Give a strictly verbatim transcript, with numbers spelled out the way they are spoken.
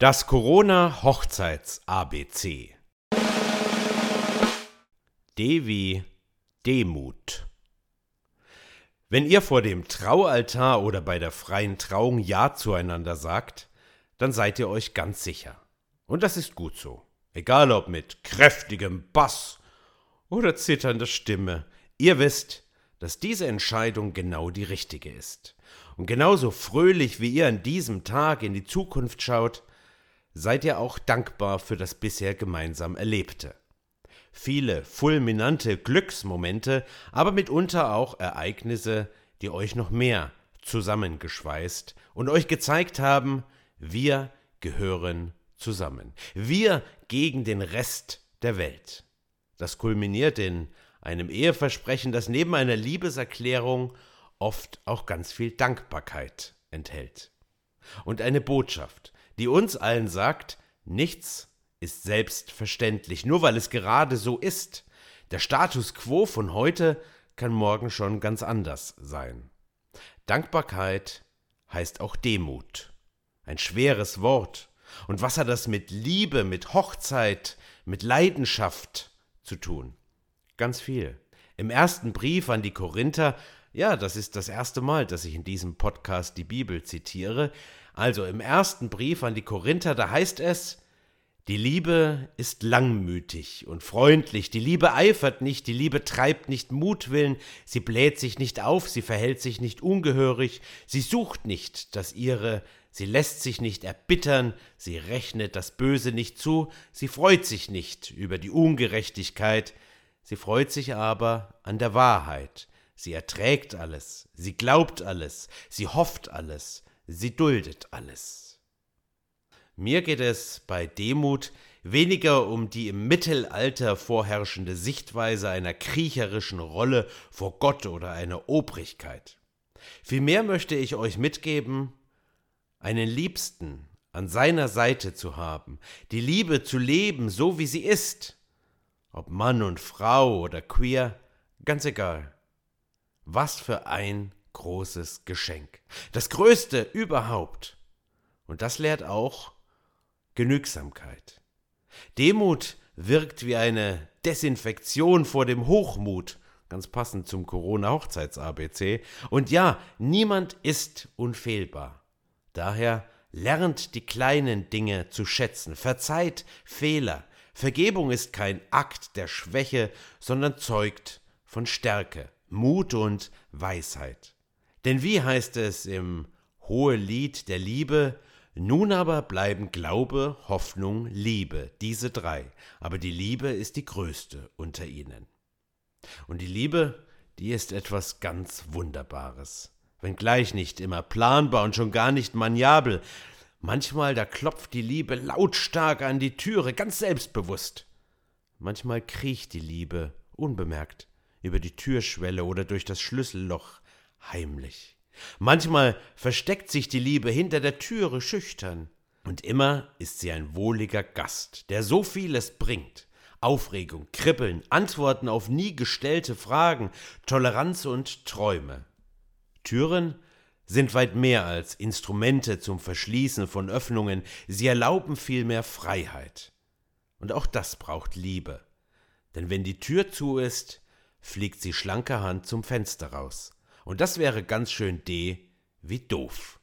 Das Corona-Hochzeits-A B C. D wie Demut. Wenn ihr vor dem Traualtar oder bei der freien Trauung Ja zueinander sagt, dann seid ihr euch ganz sicher. Und das ist gut so. Egal ob mit kräftigem Bass oder zitternder Stimme. Ihr wisst, dass diese Entscheidung genau die richtige ist. Und genauso fröhlich, wie ihr an diesem Tag in die Zukunft schaut, seid ihr auch dankbar für das bisher gemeinsam Erlebte. Viele fulminante Glücksmomente, aber mitunter auch Ereignisse, die euch noch mehr zusammengeschweißt und euch gezeigt haben, wir gehören zusammen. Wir gegen den Rest der Welt. Das kulminiert in einem Eheversprechen, das neben einer Liebeserklärung oft auch ganz viel Dankbarkeit enthält. Und eine Botschaft, die uns allen sagt, nichts ist selbstverständlich, nur weil es gerade so ist. Der Status quo von heute kann morgen schon ganz anders sein. Dankbarkeit heißt auch Demut. Ein schweres Wort. Und was hat das mit Liebe, mit Hochzeit, mit Leidenschaft zu tun? Ganz viel. Im ersten Brief an die Korinther, ja, das ist das erste Mal, dass ich in diesem Podcast die Bibel zitiere. Also im ersten Brief an die Korinther, da heißt es, die Liebe ist langmütig und freundlich, die Liebe eifert nicht, die Liebe treibt nicht Mutwillen, sie bläht sich nicht auf, sie verhält sich nicht ungehörig, sie sucht nicht das Ihre, sie lässt sich nicht erbittern, sie rechnet das Böse nicht zu, sie freut sich nicht über die Ungerechtigkeit, sie freut sich aber an der Wahrheit, sie erträgt alles, sie glaubt alles, sie hofft alles, sie duldet alles. Mir geht es bei Demut weniger um die im Mittelalter vorherrschende Sichtweise einer kriecherischen Rolle vor Gott oder einer Obrigkeit. Vielmehr möchte ich euch mitgeben, einen Liebsten an seiner Seite zu haben, die Liebe zu leben, so wie sie ist, ob Mann und Frau oder queer, ganz egal. Was für ein großes Geschenk. Das größte überhaupt. Und das lehrt auch Genügsamkeit. Demut wirkt wie eine Desinfektion vor dem Hochmut, ganz passend zum Corona-Hochzeits-A B C. Und ja, niemand ist unfehlbar. Daher lernt die kleinen Dinge zu schätzen, verzeiht Fehler. Vergebung ist kein Akt der Schwäche, sondern zeugt von Stärke, Mut und Weisheit. Denn wie heißt es im Hohelied der Liebe, nun aber bleiben Glaube, Hoffnung, Liebe, diese drei, aber die Liebe ist die größte unter ihnen. Und die Liebe, die ist etwas ganz Wunderbares, wenngleich nicht immer planbar und schon gar nicht maniabel. Manchmal, da klopft die Liebe lautstark an die Türe, ganz selbstbewusst. Manchmal kriecht die Liebe unbemerkt über die Türschwelle oder durch das Schlüsselloch heimlich. Manchmal versteckt sich die Liebe hinter der Türe schüchtern. Und immer ist sie ein wohliger Gast, der so vieles bringt. Aufregung, Kribbeln, Antworten auf nie gestellte Fragen, Toleranz und Träume. Türen sind weit mehr als Instrumente zum Verschließen von Öffnungen, sie erlauben vielmehr Freiheit. Und auch das braucht Liebe. Denn wenn die Tür zu ist, fliegt sie schlanker Hand zum Fenster raus. Und das wäre ganz schön D wie doof.